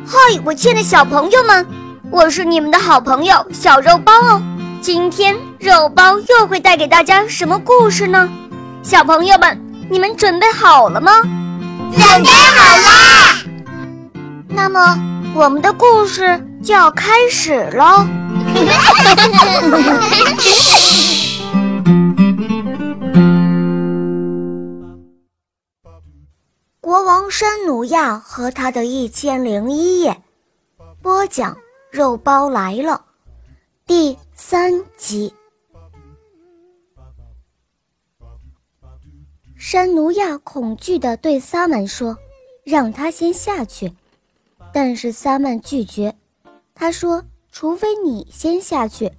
嗨，我亲爱的小朋友们，我是你们的好朋友小肉包哦。今天肉包又会带给大家什么故事呢？小朋友们，你们准备好了吗？ 准备好啦！ 那么我们的故事就要开始咯。国王山努亚和他的1001夜，播讲肉包来了，第3集。山努亚恐惧地对萨满说，让他先下去，但是萨满拒绝，他说除非你先下去。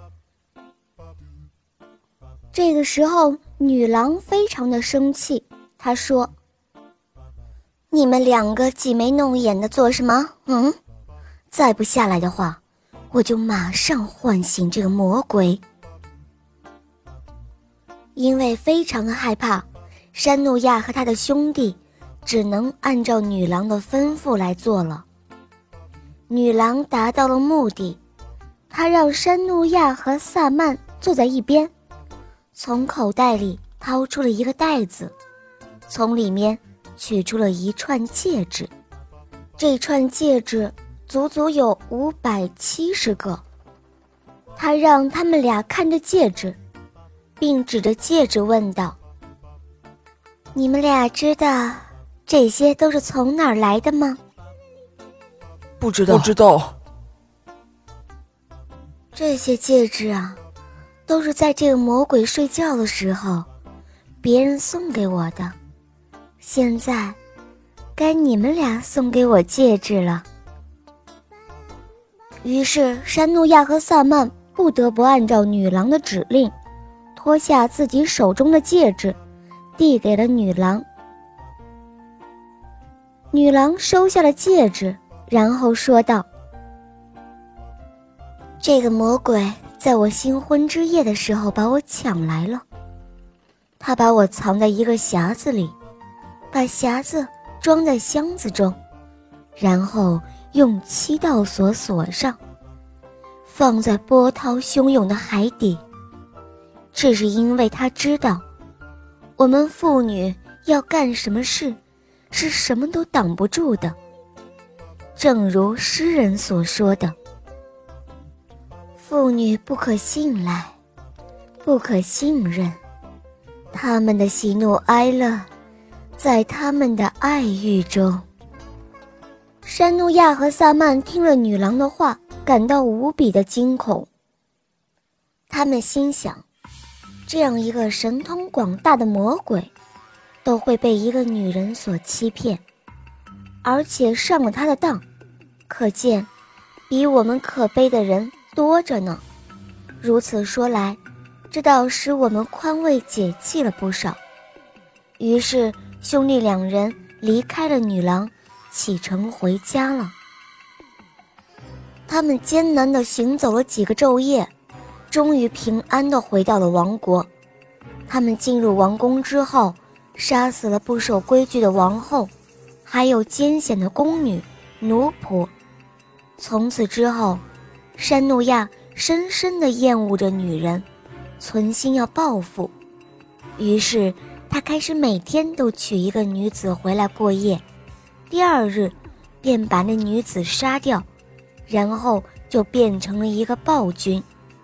这个时候女郎非常的生气，她说，你们两个挤眉弄眼的做什么？再不下来的话，我就马上唤醒这个魔鬼。因为非常的害怕，山努亚和他的兄弟只能按照女郎的吩咐来做了。女郎达到了目的，她让山努亚和萨曼坐在一边，从口袋里掏出了一个袋子，从里面取出了一串戒指，这串戒指足足有570个。他让他们俩看着戒指，并指着戒指问道，你们俩知道这些都是从哪儿来的吗？ 不知道。 这些戒指啊，都是在这个魔鬼睡觉的时候别人送给我的，现在该你们俩送给我戒指了。于是山努亚和萨曼不得不按照女郎的指令，脱下自己手中的戒指，递给了女郎。女郎收下了戒指，然后说道，这个魔鬼在我新婚之夜的时候把我抢来了，他把我藏在一个匣子里，把匣子装在箱子中，然后用7道锁锁上，放在波涛汹涌的海底。这是因为他知道我们妇女要干什么事是什么都挡不住的，正如诗人所说的，妇女不可信赖，不可信任，他们的喜怒哀乐在他们的爱欲中。山努亚和萨曼听了女郎的话，感到无比的惊恐。他们心想，这样一个神通广大的魔鬼都会被一个女人所欺骗，而且上了他的当，可见比我们可悲的人多着呢。如此说来，这倒使我们宽慰解气了不少。于是兄弟两人离开了女郎，启程回家了。他们艰难地行走了几个昼夜，终于平安地回到了王国。他们进入王宫之后，杀死了不守规矩的王后，还有奸险的宫女、奴仆。从此之后，山努亚深深地厌恶着女人，存心要报复。于是他开始每天都娶一个女子回来过夜，第2日便把那女子杀掉，然后就变成了一个暴君。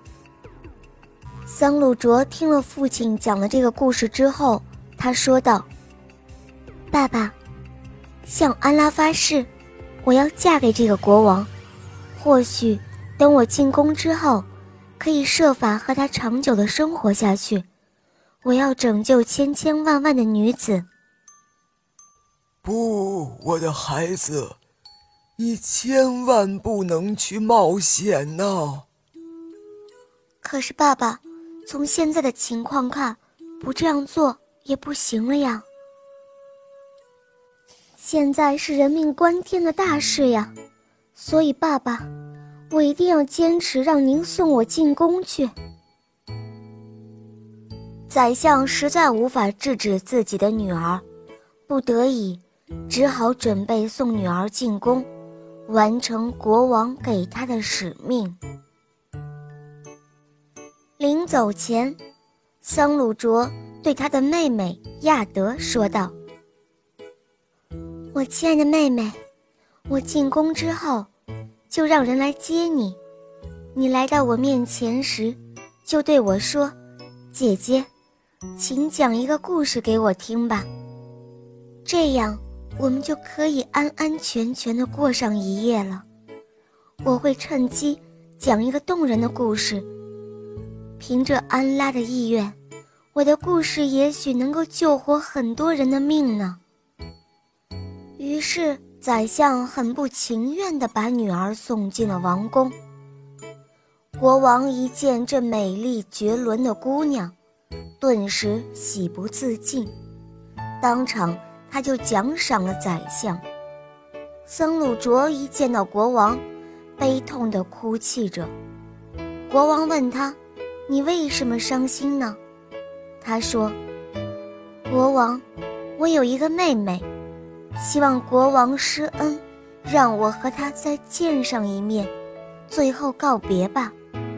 桑鲁卓听了父亲讲了这个故事之后，他说道，爸爸，向安拉发誓，我要嫁给这个国王，或许等我进宫之后，可以设法和他长久地生活下去。我要拯救千千万万的女子。 不，我的孩子，你千万不能去冒险呐！ 可是爸爸，从现在的情况看，不这样做也不行了呀。现在是人命关天的大事呀，所以爸爸，我一定要坚持让您送我进宫去。宰相实在无法制止自己的女儿，不得已只好准备送女儿进宫， 完成国王给他的使命。临走前，桑鲁卓对他的妹妹亚德说道：我亲爱的妹妹，我进宫之后就让人来接你，你来到我面前时就对我说，姐姐，请讲一个故事给我听吧，这样我们就可以安安全全地过上一夜了。我会趁机讲一个动人的故事，凭着安拉的意愿，我的故事也许能够救活很多人的命呢。于是宰相很不情愿地把女儿送进了王宫。国王一见这美丽绝伦的姑娘，顿时喜不自禁，当场他就奖赏了宰相。僧鲁卓一见到国王，悲痛地哭泣着。国王问他，你为什么伤心呢？他说，国王，我有一个妹妹，希望国王施恩，让我和她再见上一面，最后告别吧。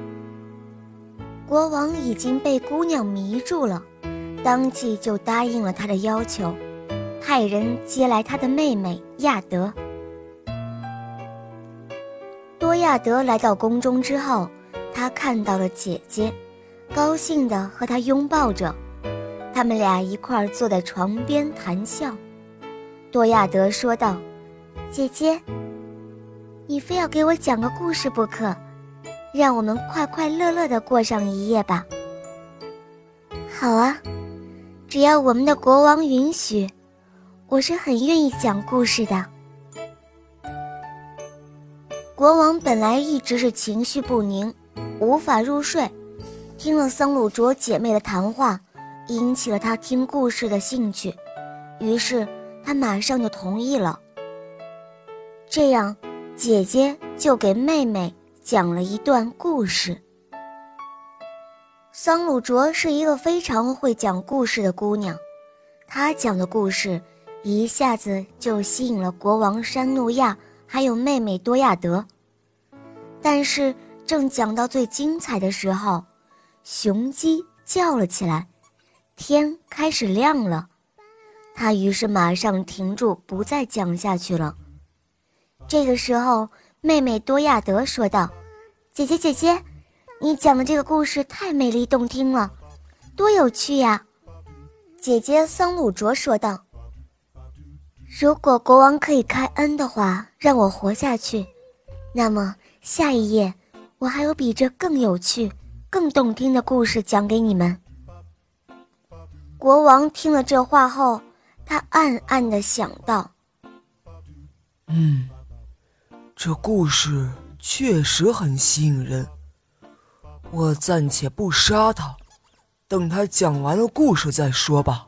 国王已经被姑娘迷住了，当即就答应了她的要求，派人接来他的妹妹亚德。多亚德来到宫中之后，他看到了姐姐，高兴地和她拥抱着，他们俩一块儿坐在床边谈笑。多亚德说道，姐姐，你非要给我讲个故事不可，让我们快快乐乐地过上一夜吧。好啊，只要我们的国王允许，我是很愿意讲故事的。国王本来一直是情绪不宁，无法入睡，听了僧鲁卓姐妹的谈话，引起了他听故事的兴趣，于是他马上就同意了。这样，姐姐就给妹妹讲了一段故事。桑鲁卓是一个非常会讲故事的姑娘，她讲的故事一下子就吸引了国王山努亚还有妹妹多亚德。但是正讲到最精彩的时候，雄鸡叫了起来，天开始亮了，他于是马上停住，不再讲下去了。这个时候，妹妹多亚德说道，姐姐，你讲的这个故事太美丽动听了，多有趣呀。姐姐桑鲁卓说道，如果国王可以开恩的话，让我活下去，那么下一页我还有比这更有趣更动听的故事讲给你们。国王听了这话后，他暗暗地想到， 这故事确实很吸引人，我暂且不杀他，等他讲完了故事再说吧。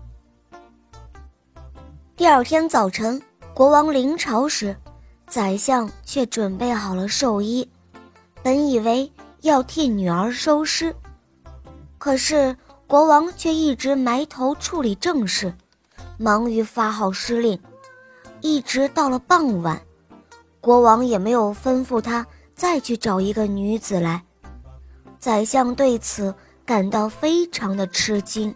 第二天早晨，国王临朝时，宰相却准备好了寿衣，本以为要替女儿收尸，可是国王却一直埋头处理政事，忙于发号施令，一直到了傍晚，国王也没有吩咐他再去找一个女子来。宰相对此感到非常的吃惊。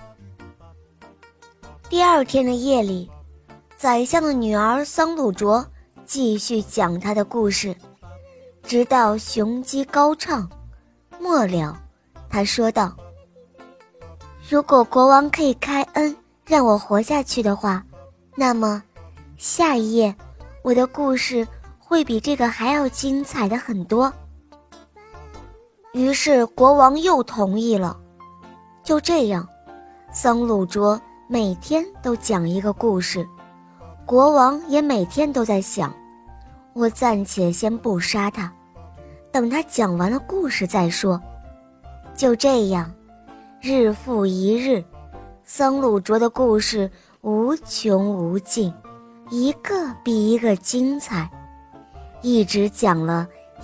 第二天的夜里，宰相的女儿桑鲁卓继续讲她的故事，直到雄鸡高唱，末了，她说道，如果国王可以开恩让我活下去的话，那么下一页我的故事会比这个还要精彩的很多。于是国王又同意了。就这样，桑鲁卓每天都讲一个故事，国王也每天都在想，我暂且先不杀他，等他讲完了故事再说。就这样，日复一日，桑鲁卓的故事无穷无尽，一个比一个精彩，一直讲了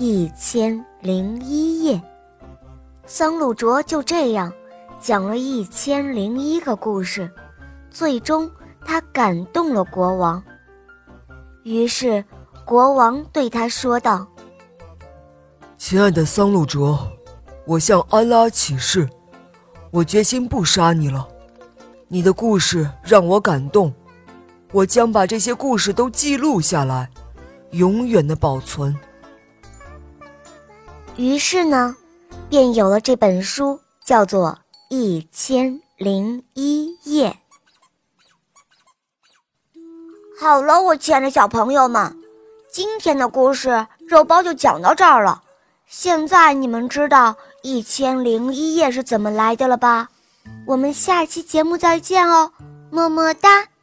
1001夜。桑鲁卓就这样讲了1001个故事，最终他感动了国王。于是国王对他说道： 亲爱的桑露卓，我向安拉起誓，我决心不杀你了。你的故事让我感动，我将把这些故事都记录下来，永远的保存。 于是呢，便有了这本书，叫做《1001夜》。好了，我亲爱的小朋友们，今天的故事肉包就讲到这儿了。现在你们知道1001夜是怎么来的了吧？我们下期节目再见哦，么么哒。